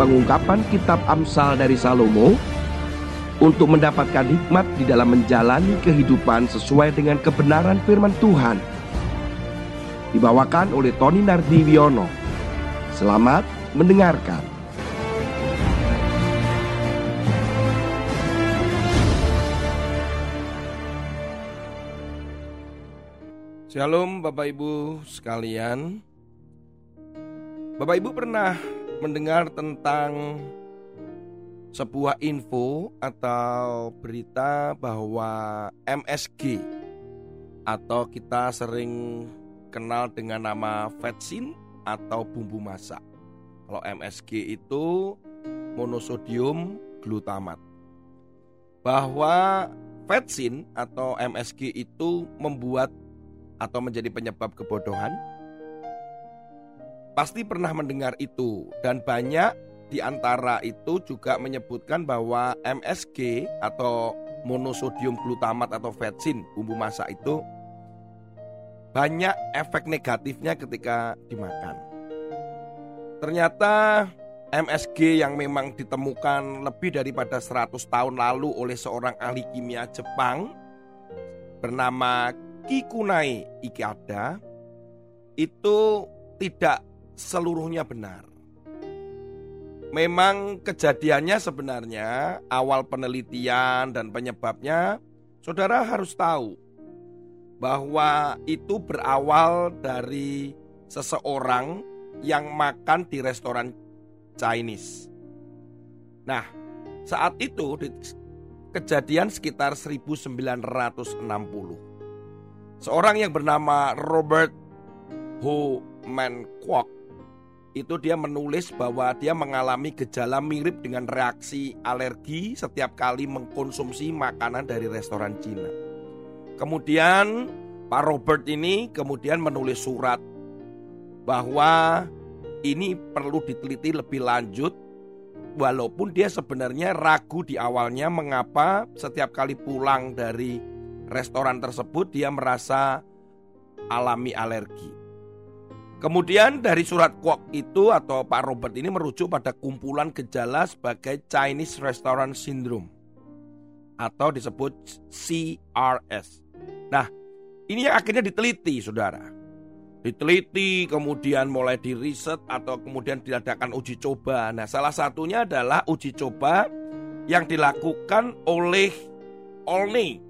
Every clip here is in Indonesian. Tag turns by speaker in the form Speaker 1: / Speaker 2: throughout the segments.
Speaker 1: pengungkapan kitab Amsal dari Salomo untuk mendapatkan hikmat di dalam menjalani kehidupan sesuai dengan kebenaran firman Tuhan. Dibawakan oleh Tony Nardiwiono. Selamat mendengarkan.
Speaker 2: Shalom Bapak Ibu sekalian. Bapak Ibu pernah mendengar tentang sebuah info atau berita bahwa MSG atau kita sering kenal dengan nama vetsin atau bumbu masak. Kalau MSG itu monosodium glutamat. Bahwa vetsin atau MSG itu membuat atau menjadi penyebab kebodohan. Pasti pernah mendengar itu, dan banyak di antara itu juga menyebutkan bahwa MSG atau monosodium glutamat atau vetsin bumbu masak itu banyak efek negatifnya ketika dimakan. Ternyata MSG yang memang ditemukan lebih daripada 100 tahun lalu oleh seorang ahli kimia Jepang bernama Kikunai Ikeda itu tidak seluruhnya benar. Memang kejadiannya sebenarnya awal penelitian dan penyebabnya saudara harus tahu bahwa itu berawal dari seseorang yang makan di restoran Chinese. Nah, saat itu kejadian sekitar 1960. Seorang yang bernama Robert Ho Man Kwok itu dia menulis bahwa dia mengalami gejala mirip dengan reaksi alergi setiap kali mengkonsumsi makanan dari restoran Cina. Kemudian Pak Robert ini kemudian menulis surat bahwa ini perlu diteliti lebih lanjut, walaupun dia sebenarnya ragu di awalnya mengapa setiap kali pulang dari restoran tersebut dia merasa alami alergi. Kemudian dari surat Kwok itu atau Pak Robert ini merujuk pada kumpulan gejala sebagai Chinese Restaurant Syndrome atau disebut CRS. Nah, ini yang akhirnya diteliti, saudara. Diteliti, kemudian mulai diriset atau kemudian diadakan uji coba. Nah, salah satunya adalah uji coba yang dilakukan oleh Olney.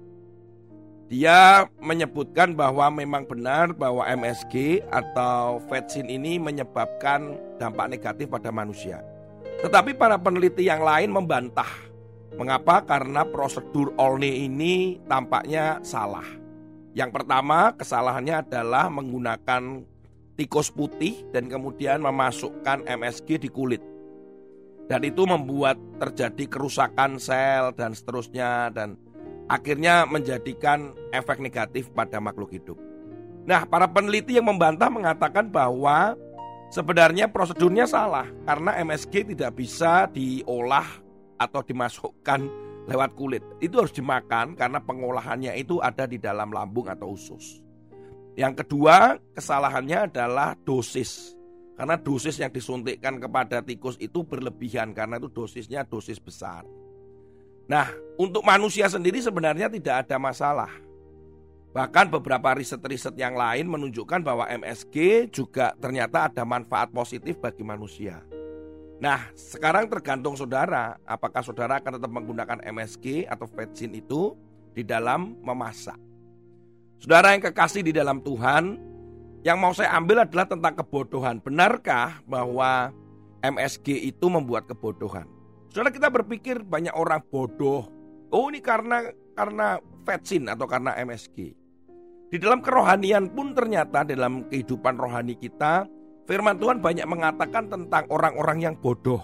Speaker 2: Dia menyebutkan bahwa memang benar bahwa MSG atau vetsin ini menyebabkan dampak negatif pada manusia. Tetapi para peneliti yang lain membantah. Mengapa? Karena prosedur Olney ini tampaknya salah. Yang pertama, kesalahannya adalah menggunakan tikus putih dan kemudian memasukkan MSG di kulit. Dan itu membuat terjadi kerusakan sel dan seterusnya, dan akhirnya menjadikan efek negatif pada makhluk hidup. Nah, para peneliti yang membantah mengatakan bahwa sebenarnya prosedurnya salah karena MSG tidak bisa diolah atau dimasukkan lewat kulit. Itu harus dimakan karena pengolahannya itu ada di dalam lambung atau usus. Yang kedua, kesalahannya adalah dosis. Karena dosis yang disuntikkan kepada tikus itu berlebihan karena itu dosisnya dosis besar. Nah, untuk manusia sendiri sebenarnya tidak ada masalah. Bahkan beberapa riset-riset yang lain menunjukkan bahwa MSG juga ternyata ada manfaat positif bagi manusia. Nah, sekarang tergantung saudara, apakah saudara akan tetap menggunakan MSG atau vetsin itu di dalam memasak. Saudara yang kekasih di dalam Tuhan, yang mau saya ambil adalah tentang kebodohan. Benarkah bahwa MSG itu membuat kebodohan? Saudara, kita berpikir banyak orang bodoh. Oh, ini karena vetsin atau karena MSG. Di dalam kerohanian pun ternyata dalam kehidupan rohani kita, firman Tuhan banyak mengatakan tentang orang-orang yang bodoh.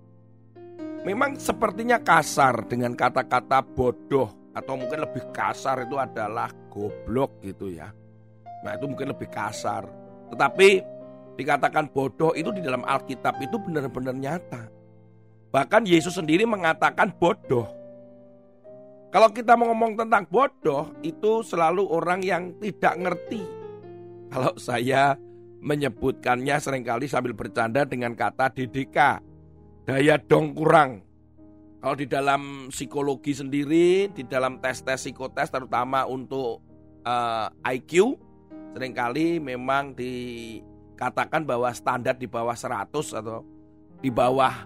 Speaker 2: Memang sepertinya kasar dengan kata-kata bodoh, atau mungkin lebih kasar itu adalah goblok gitu ya. Nah, itu mungkin lebih kasar. Tetapi dikatakan bodoh itu di dalam Alkitab itu benar-benar nyata. Bahkan Yesus sendiri mengatakan bodoh. Kalau kita mau ngomong tentang bodoh, itu selalu orang yang tidak ngerti. Kalau saya menyebutkannya seringkali sambil bercanda dengan kata DDK. daya dong kurang. Kalau di dalam psikologi sendiri, di dalam tes-tes psikotes terutama untuk IQ, seringkali memang dikatakan bahwa standar di bawah 100 atau di bawah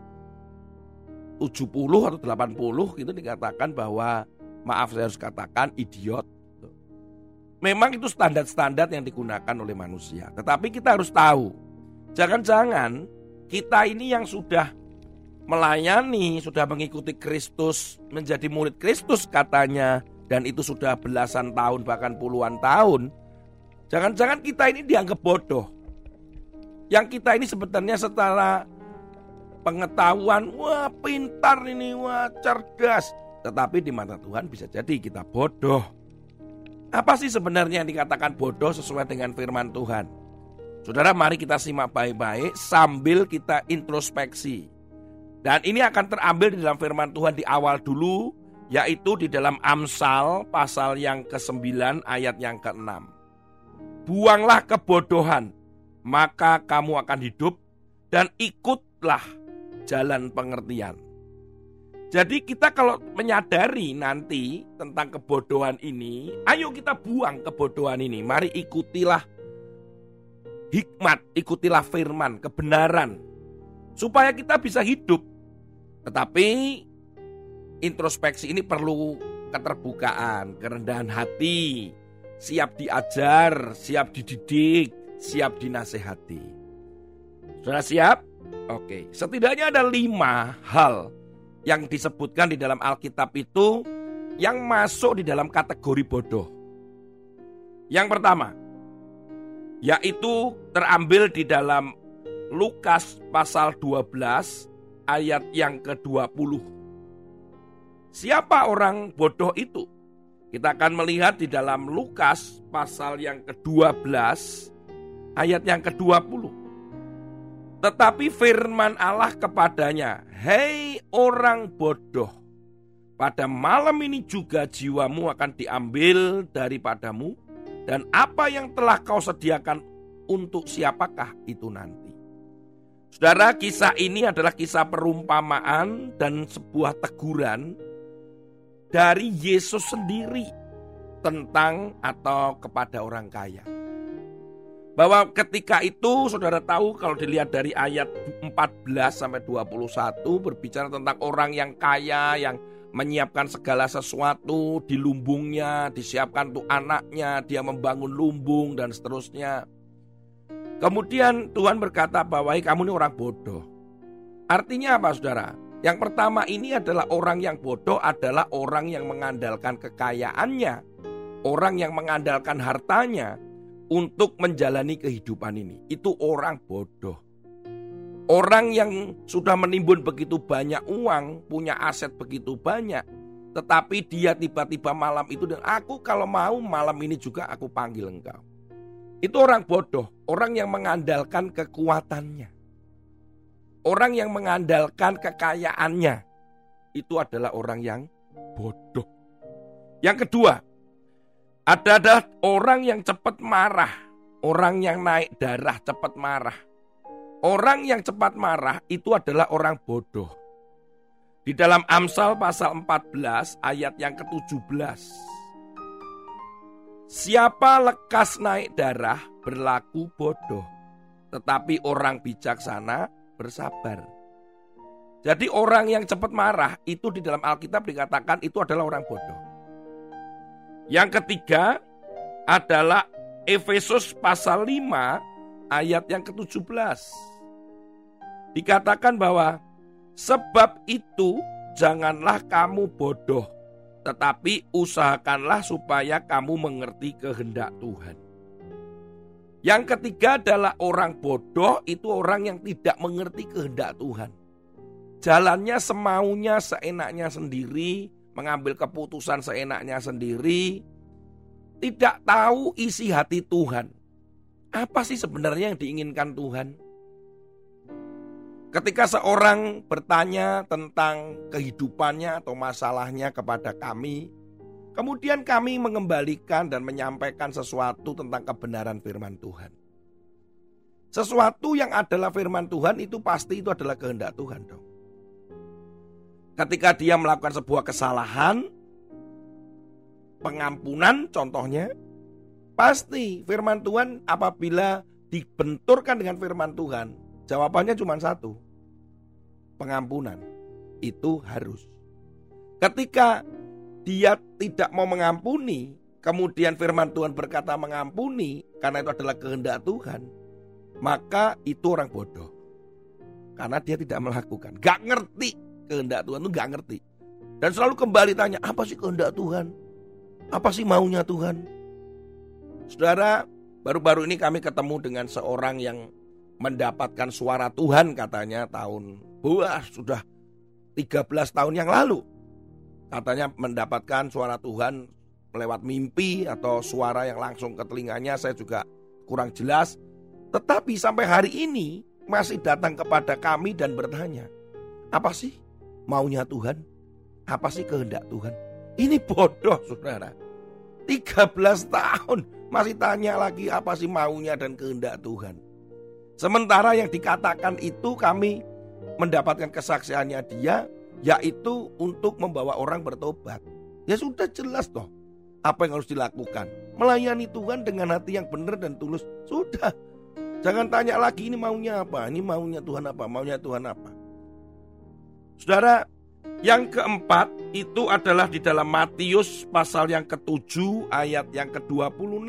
Speaker 2: 70 atau 80 itu dikatakan bahwa, maaf saya harus katakan, idiot. Memang itu standar-standar yang digunakan oleh manusia. Tetapi kita harus tahu, jangan-jangan kita ini yang sudah melayani, sudah mengikuti Kristus, menjadi murid Kristus katanya, dan itu sudah belasan tahun bahkan puluhan tahun, jangan-jangan kita ini dianggap bodoh. Yang kita ini sebenarnya secara pengetahuan, wah pintar ini, wah cerdas, tetapi di mata Tuhan bisa jadi kita bodoh. Apa sih sebenarnya yang dikatakan bodoh sesuai dengan firman Tuhan? Saudara, mari kita simak baik-baik sambil kita introspeksi. Dan ini akan terambil di dalam firman Tuhan di awal dulu, yaitu di dalam Amsal pasal yang ke-9 ayat yang ke-6. Buanglah kebodohan, maka kamu akan hidup, dan ikutlah jalan pengertian. Jadi kita kalau menyadari nanti tentang kebodohan ini, ayo kita buang kebodohan ini. Mari ikutilah hikmat, ikutilah firman, kebenaran, supaya kita bisa hidup. Tetapi introspeksi ini perlu keterbukaan, kerendahan hati, siap diajar, siap dididik, siap dinasehati. Sudah siap? Oke, setidaknya ada 5 hal yang disebutkan di dalam Alkitab itu yang masuk di dalam kategori bodoh. Yang pertama, yaitu terambil di dalam Lukas pasal 12 ayat yang ke-20. Siapa orang bodoh itu? Kita akan melihat di dalam Lukas pasal yang ke-12 ayat yang ke-20. Tetapi firman Allah kepadanya, hei orang bodoh, pada malam ini juga jiwamu akan diambil daripadamu, dan apa yang telah kau sediakan untuk siapakah itu nanti. Saudara, kisah ini adalah kisah perumpamaan dan sebuah teguran dari Yesus sendiri tentang atau kepada orang kaya. Bahwa ketika itu saudara tahu, kalau dilihat dari ayat 14-21 berbicara tentang orang yang kaya yang menyiapkan segala sesuatu di lumbungnya, disiapkan untuk anaknya, dia membangun lumbung dan seterusnya. Kemudian Tuhan berkata bahwa kamu ini orang bodoh. Artinya apa saudara? Yang pertama ini adalah orang yang bodoh adalah orang yang mengandalkan kekayaannya, orang yang mengandalkan hartanya untuk menjalani kehidupan ini. Itu orang bodoh. Orang yang sudah menimbun begitu banyak uang, punya aset begitu banyak, tetapi dia tiba-tiba malam itu, dan aku kalau mau malam ini juga aku panggil engkau. Itu orang bodoh, orang yang mengandalkan kekuatannya, orang yang mengandalkan kekayaannya. Itu adalah orang yang bodoh. Yang kedua, adalah orang yang cepat marah, orang yang naik darah cepat marah. Orang yang cepat marah itu adalah orang bodoh. Di dalam Amsal pasal 14 ayat yang ke-17. Siapa lekas naik darah berlaku bodoh, tetapi orang bijaksana bersabar. Jadi orang yang cepat marah itu di dalam Alkitab dikatakan itu adalah orang bodoh. Yang ketiga adalah Efesus pasal 5 ayat yang ke-17. Dikatakan bahwa sebab itu janganlah kamu bodoh, tetapi usahakanlah supaya kamu mengerti kehendak Tuhan. Yang ketiga adalah orang bodoh itu orang yang tidak mengerti kehendak Tuhan. Jalannya semaunya, seenaknya sendiri, mengambil keputusan seenaknya sendiri, tidak tahu isi hati Tuhan. Apa sih sebenarnya yang diinginkan Tuhan? Ketika seorang bertanya tentang kehidupannya atau masalahnya kepada kami, kemudian kami mengembalikan dan menyampaikan sesuatu tentang kebenaran firman Tuhan. Sesuatu yang adalah firman Tuhan itu pasti itu adalah kehendak Tuhan dong. ketika dia melakukan sebuah kesalahan, pengampunan contohnya, pasti firman Tuhan apabila dibenturkan dengan firman Tuhan, jawabannya cuma satu, pengampunan. Itu harus. Ketika dia tidak mau mengampuni, kemudian firman Tuhan berkata mengampuni karena itu adalah kehendak Tuhan, maka itu orang bodoh. Karena dia tidak melakukan, gak ngerti kehendak Tuhan, itu gak ngerti. Dan selalu kembali tanya, apa sih kehendak Tuhan? Apa sih maunya Tuhan? Saudara, baru-baru ini kami ketemu dengan seorang yang mendapatkan suara Tuhan katanya sudah 13 tahun yang lalu. Katanya mendapatkan suara Tuhan lewat mimpi atau suara yang langsung ke telinganya, saya juga kurang jelas. Tetapi sampai hari ini masih datang kepada kami dan bertanya, apa sih maunya Tuhan? Apa sih kehendak Tuhan? Ini bodoh saudara. 13 tahun masih tanya lagi apa sih maunya dan kehendak Tuhan. Sementara yang dikatakan itu kami mendapatkan kesaksiannya dia, yaitu untuk membawa orang bertobat. Ya sudah jelas toh apa yang harus dilakukan. Melayani Tuhan dengan hati yang benar dan tulus. Sudah. Jangan tanya lagi ini maunya apa, ini maunya Tuhan apa, maunya Tuhan apa. Saudara, yang keempat itu adalah di dalam Matius pasal yang ke-7 ayat yang ke-26.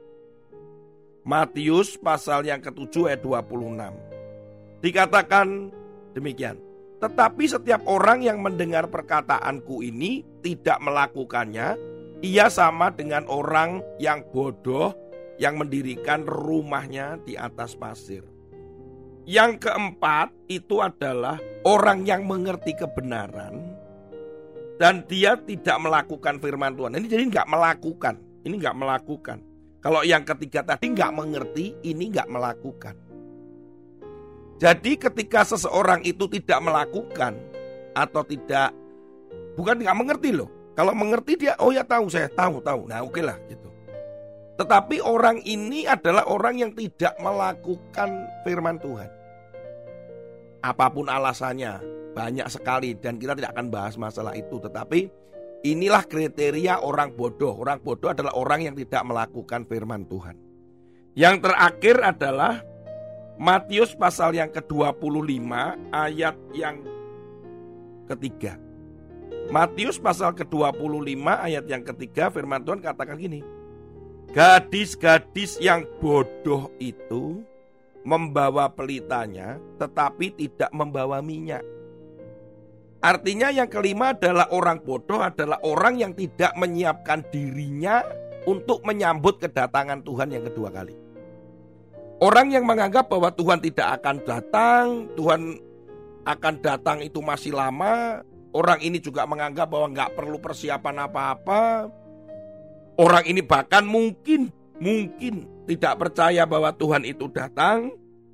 Speaker 2: Matius pasal yang ke-7 ayat 26. Dikatakan demikian. Tetapi setiap orang yang mendengar perkataanku ini tidak melakukannya, ia sama dengan orang yang bodoh yang mendirikan rumahnya di atas pasir. Yang keempat itu adalah orang yang mengerti kebenaran dan dia tidak melakukan firman Tuhan. Ini jadi nggak melakukan. Ini nggak melakukan. Kalau yang ketiga tadi nggak mengerti, ini nggak melakukan. Jadi ketika seseorang itu tidak melakukan atau tidak, bukan nggak mengerti loh. Kalau mengerti dia, oh ya tahu, saya tahu. Nah oke lah gitu. Tetapi orang ini adalah orang yang tidak melakukan firman Tuhan. Apapun alasannya, banyak sekali dan kita tidak akan bahas masalah itu. Tetapi inilah kriteria orang bodoh. Orang bodoh adalah orang yang tidak melakukan firman Tuhan. Yang terakhir adalah Matius pasal yang ke-25 ayat yang ketiga. Matius pasal ke-25 ayat yang ketiga, firman Tuhan katakan gini. Gadis-gadis yang bodoh itu membawa pelitanya tetapi tidak membawa minyak. Artinya yang kelima adalah orang bodoh adalah orang yang tidak menyiapkan dirinya untuk menyambut kedatangan Tuhan yang kedua kali. Orang yang menganggap bahwa Tuhan tidak akan datang, Tuhan akan datang itu masih lama. Orang ini juga menganggap bahwa nggak perlu persiapan apa-apa. Orang ini bahkan mungkin tidak percaya bahwa Tuhan itu datang.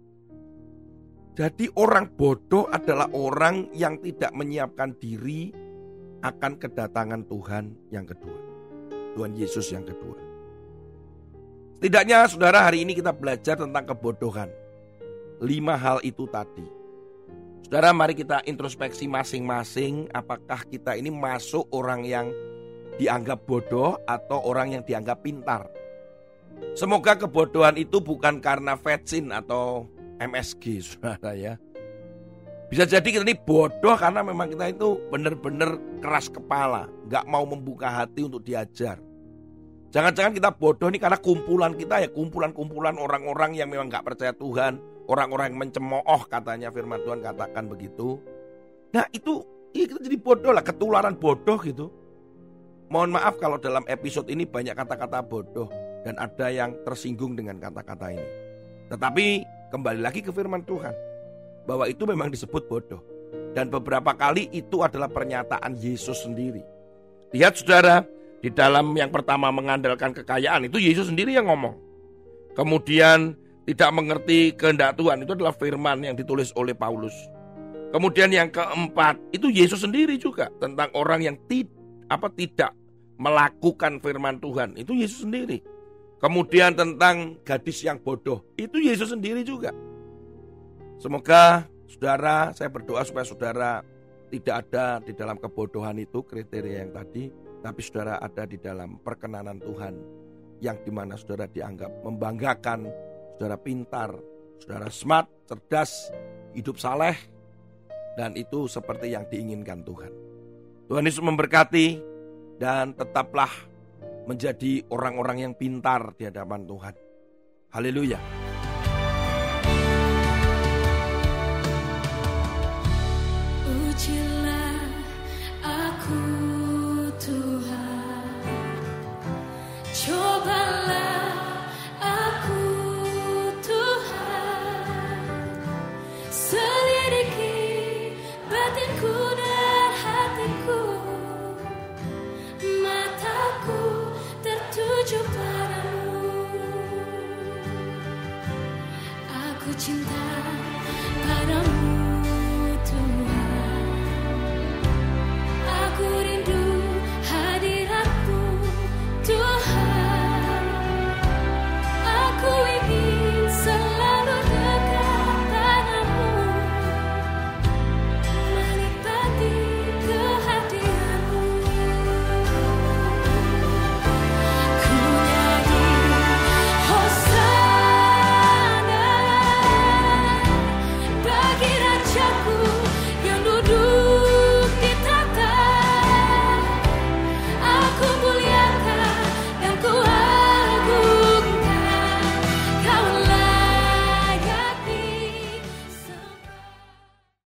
Speaker 2: Jadi orang bodoh adalah orang yang tidak menyiapkan diri akan kedatangan Tuhan yang kedua. Tuhan Yesus yang kedua. Setidaknya saudara hari ini kita belajar tentang kebodohan. 5 hal itu tadi. Saudara mari kita introspeksi masing-masing. Apakah kita ini masuk orang yang dianggap bodoh atau orang yang dianggap pintar. Semoga kebodohan itu bukan karena vaksin atau MSG saudara ya. Bisa jadi kita ini bodoh karena memang kita itu benar-benar keras kepala, gak mau membuka hati untuk diajar. Jangan-jangan kita bodoh ini karena kumpulan kita ya, kumpulan-kumpulan orang-orang yang memang gak percaya Tuhan, orang-orang yang mencemooh katanya firman Tuhan katakan begitu. Nah itu kita jadi bodoh lah, ketularan bodoh gitu. Mohon maaf kalau dalam episode ini banyak kata-kata bodoh dan ada yang tersinggung dengan kata-kata ini. Tetapi kembali lagi ke firman Tuhan bahwa itu memang disebut bodoh. Dan beberapa kali itu adalah pernyataan Yesus sendiri. Lihat saudara, di dalam yang pertama mengandalkan kekayaan itu Yesus sendiri yang ngomong. Kemudian tidak mengerti kehendak Tuhan itu adalah firman yang ditulis oleh Paulus. Kemudian yang keempat itu Yesus sendiri juga tentang orang yang tidak melakukan firman Tuhan. Itu Yesus sendiri. Kemudian tentang gadis yang bodoh. Itu Yesus sendiri juga. Semoga saudara, saya berdoa supaya saudara tidak ada di dalam kebodohan itu kriteria yang tadi, tapi saudara ada di dalam perkenanan Tuhan, yang dimana saudara dianggap membanggakan, saudara pintar, saudara smart, cerdas, hidup saleh, dan itu seperti yang diinginkan Tuhan. Tuhan Yesus memberkati, dan tetaplah menjadi orang-orang yang pintar di hadapan Tuhan. Haleluya.
Speaker 3: Ujilah